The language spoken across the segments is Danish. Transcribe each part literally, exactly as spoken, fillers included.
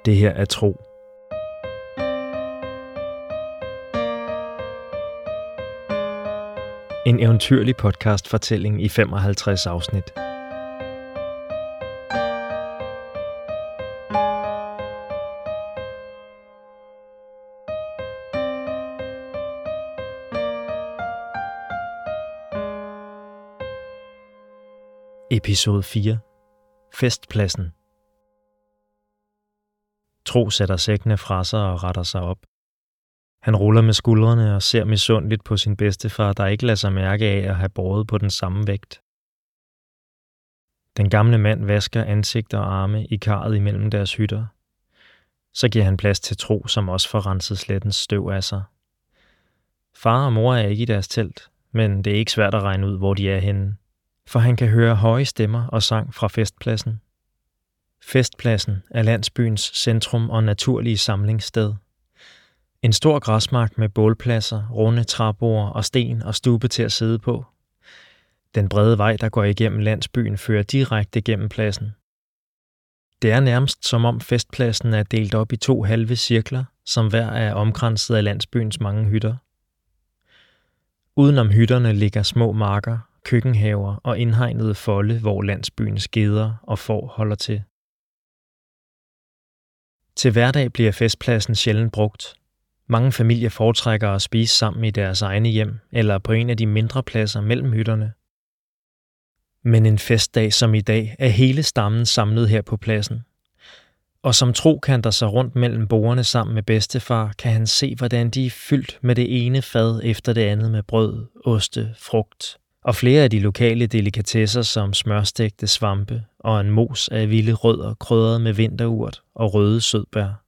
Det her er Tro. En eventyrlig podcast-fortælling i femoghalvtreds afsnit. Episode fire. Festpladsen. Tro sætter sækkene fra sig og retter sig op. Han ruller med skuldrene og ser misundeligt på sin bedstefar, der ikke lader sig mærke af at have båret på den samme vægt. Den gamle mand vasker ansigt og arme i karret imellem deres hytter. Så giver han plads til Tro, som også får renset slettens støv af sig. Far og mor er ikke i deres telt, men det er ikke svært at regne ud, hvor de er henne. For han kan høre høje stemmer og sang fra festpladsen. Festpladsen er landsbyens centrum og naturlige samlingssted. En stor græsmark med bålpladser, runde træborde og sten og stube til at sidde på. Den brede vej, der går igennem landsbyen, fører direkte gennem pladsen. Det er nærmest som om festpladsen er delt op i to halve cirkler, som hver er omkranset af landsbyens mange hytter. Udenom hytterne ligger små marker, køkkenhaver og indhegnede folde, hvor landsbyens geder og får holder til. Til hverdag bliver festpladsen sjældent brugt. Mange familier foretrækker at spise sammen i deres egne hjem eller på en af de mindre pladser mellem hytterne. Men en festdag som i dag er hele stammen samlet her på pladsen. Og som Tro kanter sig rundt mellem bordene sammen med bedstefar, kan han se, hvordan de er fyldt med det ene fad efter det andet med brød, oste, frugt og flere af de lokale delikatesser som smørstegte svampe og en mos af vilde rødder krydret med vinterurt og røde sødbær.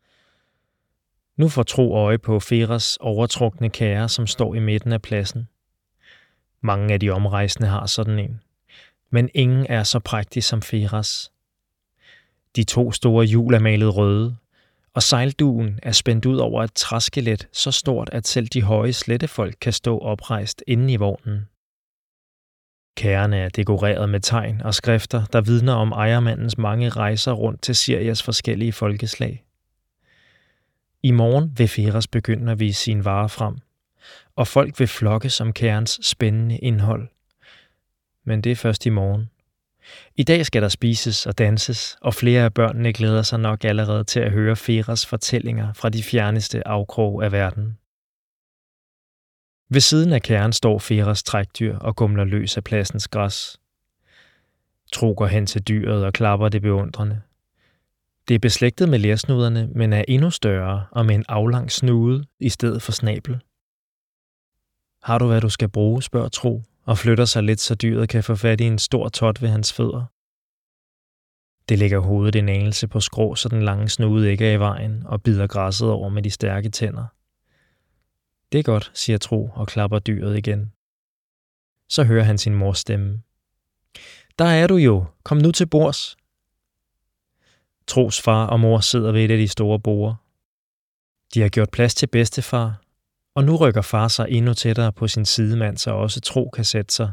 Nu får Tro øje på Feras overtrukne kære, som står i midten af pladsen. Mange af de omrejsende har sådan en, men ingen er så prægtig som Feras. De to store hjul er malet røde, og sejlduen er spændt ud over et træskelet så stort, at selv de høje slettefolk kan stå oprejst inde i vognen. Kærerne er dekoreret med tegn og skrifter, der vidner om ejermandens mange rejser rundt til Sirias forskellige folkeslag. I morgen vil Feras begynde at vise sine varer frem, og folk vil flokke som kærens spændende indhold. Men det er først i morgen. I dag skal der spises og danses, og flere af børnene glæder sig nok allerede til at høre Feras fortællinger fra de fjerneste afkroge af verden. Ved siden af kæren står Feras trækdyr og gumler løs af pladsens græs. Tro går hen til dyret og klapper det beundrende. Det er beslægtet med lersnuderne, men er endnu større og med en aflang snude i stedet for snabel. Har du hvad du skal bruge, spørger Tro, og flytter sig lidt, så dyret kan få fat i en stor tot ved hans fødder. Det lægger hovedet en anelse på skrå, så den lange snude ikke er i vejen, og bider græsset over med de stærke tænder. Det er godt, siger Tro og klapper dyret igen. Så hører han sin mors stemme. Der er du jo, kom nu til bords. Tros far og mor sidder ved et af de store borde. De har gjort plads til bedstefar, og nu rykker far sig endnu tættere på sin sidemand, så også Tro kan sætte sig.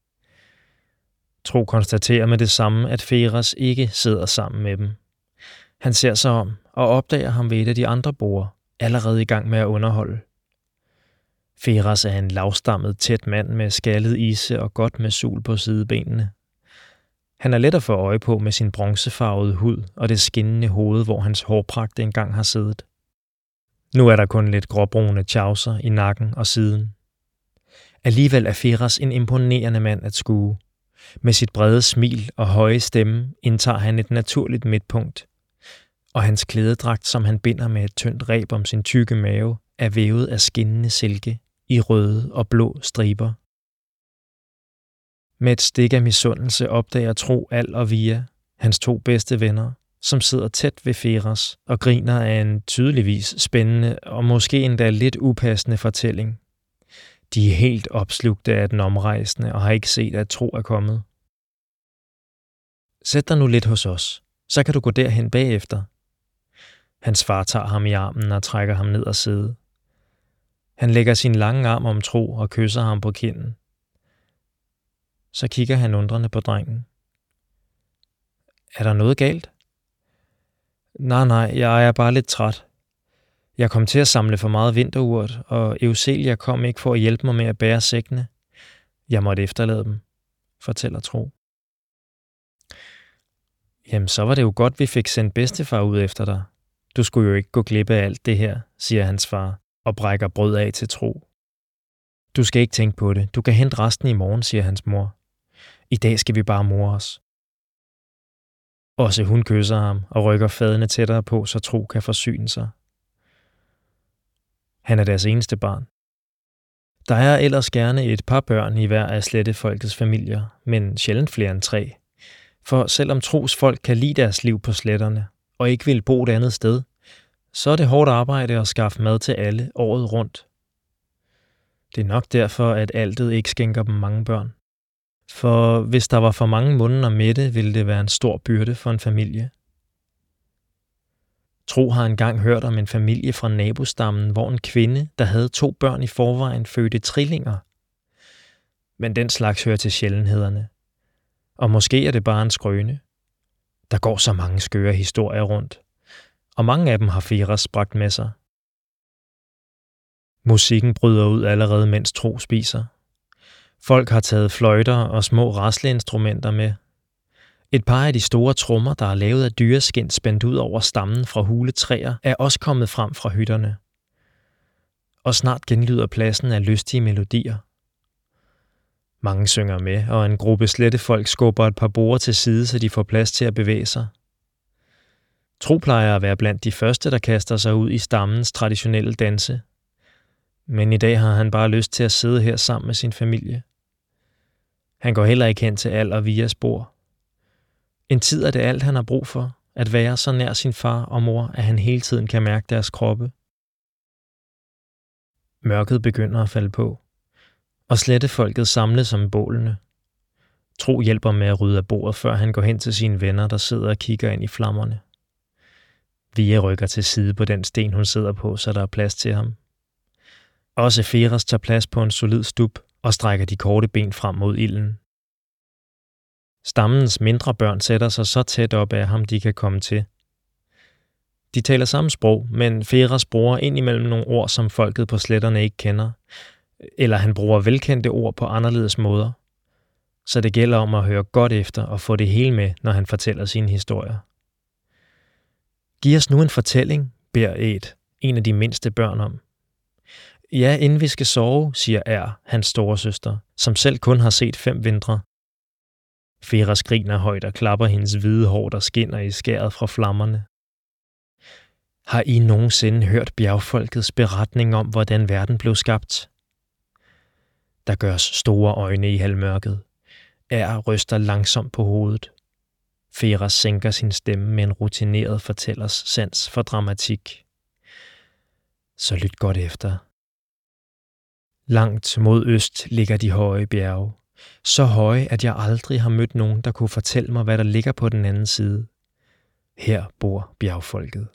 Tro konstaterer med det samme, at Feras ikke sidder sammen med dem. Han ser sig om og opdager ham ved et af de andre borde, allerede i gang med at underholde. Feras er en lavstammet, tæt mand med skaldet isse og godt med sul på sidebenene. Han er let at få øje på med sin bronzefarvede hud og det skinnende hoved, hvor hans hårpragt engang har siddet. Nu er der kun lidt gråbrune tjavser i nakken og siden. Alligevel er Feras en imponerende mand at skue. Med sit brede smil og høje stemme indtager han et naturligt midtpunkt. Og hans klædedragt, som han binder med et tyndt reb om sin tykke mave, er vævet af skinnende silke i røde og blå striber. Med et stik af misundelse opdager Tro Al og Via, hans to bedste venner, som sidder tæt ved Feras og griner af en tydeligvis spændende og måske endda lidt upassende fortælling. De er helt opslugte af den omrejsende og har ikke set, at Tro er kommet. Sæt dig nu lidt hos os, så kan du gå derhen bagefter. Hans far tager ham i armen og trækker ham ned og sidde. Han lægger sin lange arm om Tro og kysser ham på kinden. Så kigger han undrende på drengen. Er der noget galt? Nej, nej, jeg er bare lidt træt. Jeg kom til at samle for meget vinterurt, og Euselia kom ikke for at hjælpe mig med at bære sækkene. Jeg måtte efterlade dem, fortæller Tro. Jamen, så var det jo godt, vi fik sendt bedstefar ud efter dig. Du skulle jo ikke gå glip af alt det her, siger hans far, og brækker brød af til Tro. Du skal ikke tænke på det. Du kan hente resten i morgen, siger hans mor. I dag skal vi bare more os. Også hun kysser ham og rykker fadene tættere på, så Tro kan forsyne sig. Han er deres eneste barn. Der er ellers gerne et par børn i hver af slettefolkets familier, men sjældent flere end tre. For selvom Tros folk kan lide deres liv på sletterne og ikke vil bo et andet sted, så er det hårdt arbejde at skaffe mad til alle året rundt. Det er nok derfor, at altet ikke skænker dem mange børn. For hvis der var for mange munder mætte, ville det være en stor byrde for en familie. Tro har engang hørt om en familie fra nabostammen, hvor en kvinde, der havde to børn i forvejen, fødte trillinger. Men den slags hører til sjældenhederne. Og måske er det bare en skrøne. Der går så mange skøre historier rundt, og mange af dem har Firas bragt med sig. Musikken bryder ud allerede, mens Tro spiser. Folk har taget fløjter og små rasleinstrumenter med. Et par af de store trommer, der er lavet af dyreskind spændt ud over stammen fra huletræer, er også kommet frem fra hytterne. Og snart genlyder pladsen af lystige melodier. Mange synger med, og en gruppe slettefolk skubber et par borde til side, så de får plads til at bevæge sig. Tro plejer at være blandt de første, der kaster sig ud i stammens traditionelle danse. Men i dag har han bare lyst til at sidde her sammen med sin familie. Han går heller ikke hen til Al og Vias bord. En tid er det alt, han har brug for, at være så nær sin far og mor, at han hele tiden kan mærke deres kroppe. Mørket begynder at falde på, og slettefolket samles om bålene. Tro hjælper med at rydde af bordet, før han går hen til sine venner, der sidder og kigger ind i flammerne. Via rykker til side på den sten, hun sidder på, så der er plads til ham. Også Firas tager plads på en solid stup og strækker de korte ben frem mod ilden. Stammens mindre børn sætter sig så tæt op af ham, de kan komme til. De taler samme sprog, men Firas bruger indimellem nogle ord, som folket på sletterne ikke kender, eller han bruger velkendte ord på anderledes måder. Så det gælder om at høre godt efter og få det hele med, når han fortæller sine historier. Giv os nu en fortælling, beder Ed, en af de mindste børn om. Ja, inden vi skal sove, siger Er, hans store søster, som selv kun har set fem vintre. Firas griner højt og klapper hendes hvide hår, der skinner i skæret fra flammerne. Har I nogensinde hørt bjergfolkets beretning om, hvordan verden blev skabt? Der gøres store øjne i halvmørket. Er ryster langsomt på hovedet. Firas sænker sin stemme med en rutineret fortællers sans for dramatik. Så lyt godt efter. Langt mod øst ligger de høje bjerge. Så høje, at jeg aldrig har mødt nogen, der kunne fortælle mig, hvad der ligger på den anden side. Her bor bjergfolket.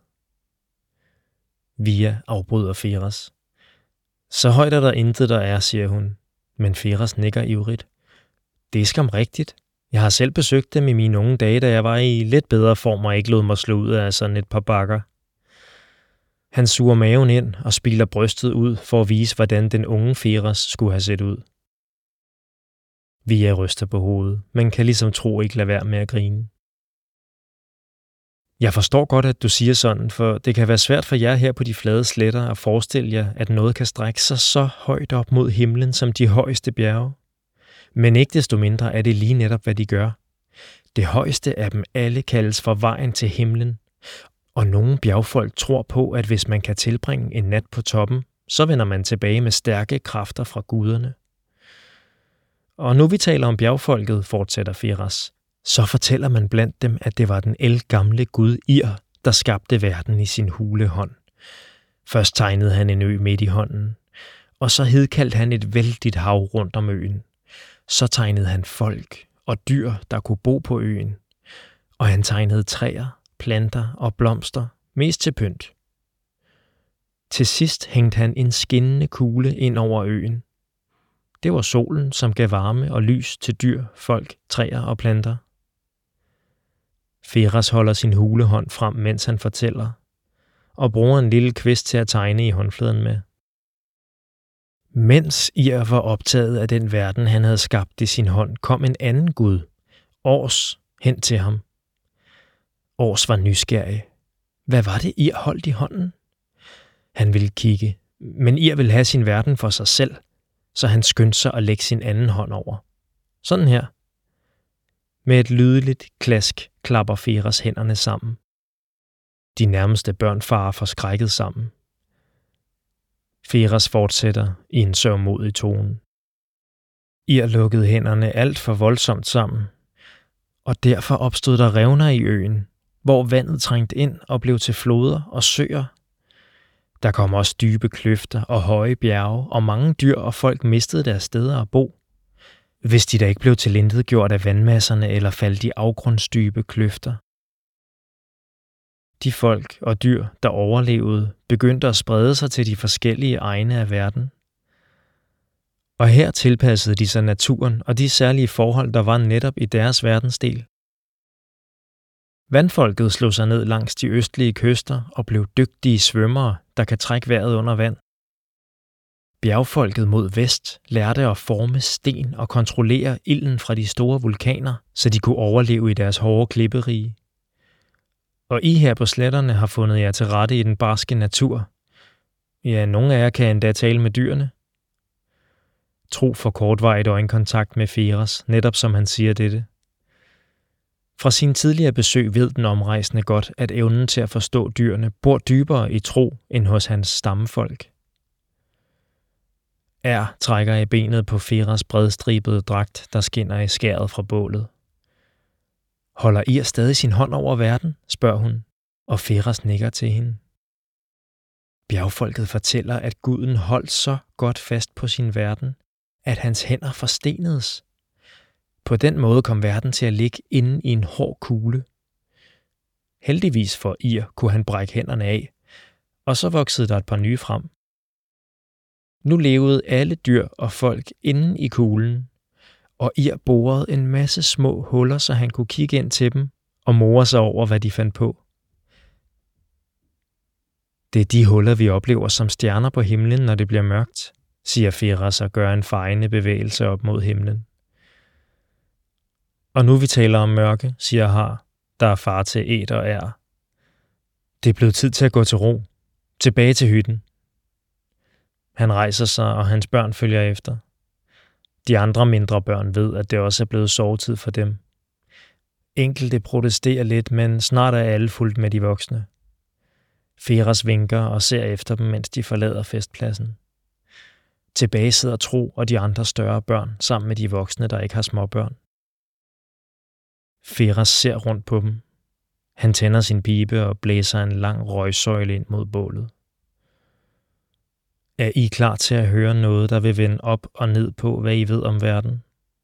Via afbryder Firas. Så højt er der intet, der er, siger hun. Men Firas nikker ivrigt. Det er skam rigtigt. Jeg har selv besøgt dem i mine unge dage, da jeg var i lidt bedre form og ikke lod mig slå ud af sådan et par bakker. Han suger maven ind og spiler brystet ud for at vise, hvordan den unge Firas skulle have set ud. Via ryster på hovedet, men kan ligesom Tro ikke lade være med at grine. Jeg forstår godt, at du siger sådan, for det kan være svært for jer her på de flade sletter at forestille jer, at noget kan strække sig så højt op mod himlen som de højeste bjerge. Men ikke desto mindre er det lige netop, hvad de gør. Det højeste af dem alle kaldes for vejen til himlen, og nogle bjergfolk tror på, at hvis man kan tilbringe en nat på toppen, så vender man tilbage med stærke kræfter fra guderne. Og nu vi taler om bjergfolket, fortsætter Firas, så fortæller man blandt dem, at det var den ældgamle gud Ir, der skabte verden i sin hule hånd. Først tegnede han en ø midt i hånden, og så hedkaldte han et vældigt hav rundt om øen. Så tegnede han folk og dyr, der kunne bo på øen, og han tegnede træer, planter og blomster, mest til pynt. Til sidst hængte han en skinnende kugle ind over øen. Det var solen, som gav varme og lys til dyr, folk, træer og planter. Firas holder sin hulehånd frem, mens han fortæller, og bruger en lille kvist til at tegne i håndfladen med. Mens Ir var optaget af den verden, han havde skabt i sin hånd, kom en anden gud, Ors, hen til ham. Ors var nysgerrig. Hvad var det, Ir holdt i hånden? Han ville kigge, men Ir ville have sin verden for sig selv, så han skyndte sig at lægge sin anden hånd over. Sådan her. Med et lydeligt klask klapper Firas hænderne sammen. De nærmeste børn farer forskrækket sammen. Firas fortsætter i en sørgmodig tone. Ir lukkede hænderne alt for voldsomt sammen, og derfor opstod der revner i øen, hvor vandet trængte ind og blev til floder og søer. Der kom også dybe kløfter og høje bjerge, og mange dyr og folk mistede deres steder at bo, hvis de da ikke blev tilintetgjort af vandmasserne eller faldt i afgrundsdybe kløfter. De folk og dyr, der overlevede, begyndte at sprede sig til de forskellige egne af verden. Og her tilpassede de sig naturen og de særlige forhold, der var netop i deres verdensdel. Vandfolket slog sig ned langs de østlige kyster og blev dygtige svømmere, der kan trække vejret under vand. Bjergfolket mod vest lærte at forme sten og kontrollere ilden fra de store vulkaner, så de kunne overleve i deres hårde klipperige. Og I her på sletterne har fundet jer til rette i den barske natur. Ja, nogle af jer kan endda tale med dyrene. Tro får kortvarigt øjenkontakt med Firas, netop som han siger dette. Fra sin tidligere besøg ved den omrejsende godt, at evnen til at forstå dyrene bor dybere i Tro end hos hans stammefolk. Er trækker i benet på Firas bredstribede dragt, der skinner i skæret fra bålet. Holder Ir stadig sin hånd over verden, spørger hun, og Firas nikker til hende. Bjergfolket fortæller, at guden holdt så godt fast på sin verden, at hans hænder forstenedes. På den måde kom verden til at ligge inde i en hård kugle. Heldigvis for Ir kunne han brække hænderne af, og så voksede der et par nye frem. Nu levede alle dyr og folk inde i kuglen, og Ir borede en masse små huller, så han kunne kigge ind til dem og more sig over, hvad de fandt på. Det er de huller, vi oplever som stjerner på himlen, når det bliver mørkt, siger Firas og gør en fejende bevægelse op mod himlen. Og nu vi taler om mørke, siger Har, der er far til Et og Er. Det er blevet tid til at gå til ro. Tilbage til hytten. Han rejser sig, og hans børn følger efter. De andre mindre børn ved, at det også er blevet sovetid for dem. Enkelte protesterer lidt, men snart er alle fuldt med de voksne. Firas vinker og ser efter dem, mens de forlader festpladsen. Tilbage sidder Tro og de andre større børn sammen med de voksne, der ikke har småbørn. Firas ser rundt på dem. Han tænder sin pibe og blæser en lang røgsøjle ind mod bålet. Er I klar til at høre noget, der vil vende op og ned på, hvad I ved om verden?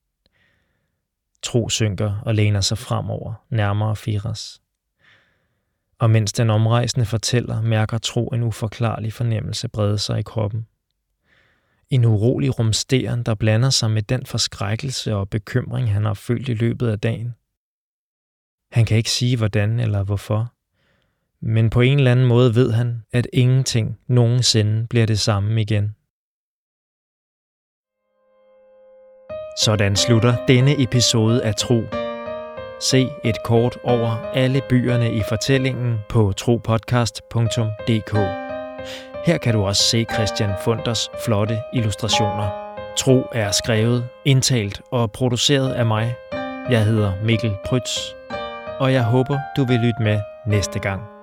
Tro synker og læner sig fremover, nærmere Firas. Og mens den omrejsende fortæller, mærker Tro en uforklarlig fornemmelse brede sig i kroppen. En urolig rumsteren, der blander sig med den forskrækkelse og bekymring, han har følt i løbet af dagen. Han kan ikke sige hvordan eller hvorfor, men på en eller anden måde ved han, at ingenting nogensinde bliver det samme igen. Sådan slutter denne episode af Tro. Se et kort over alle byerne i fortællingen på tropodcast punktum d k. Her kan du også se Christian Funders flotte illustrationer. Tro er skrevet, indtalt og produceret af mig. Jeg hedder Mikkel Prytz, og jeg håber, du vil lytte med næste gang.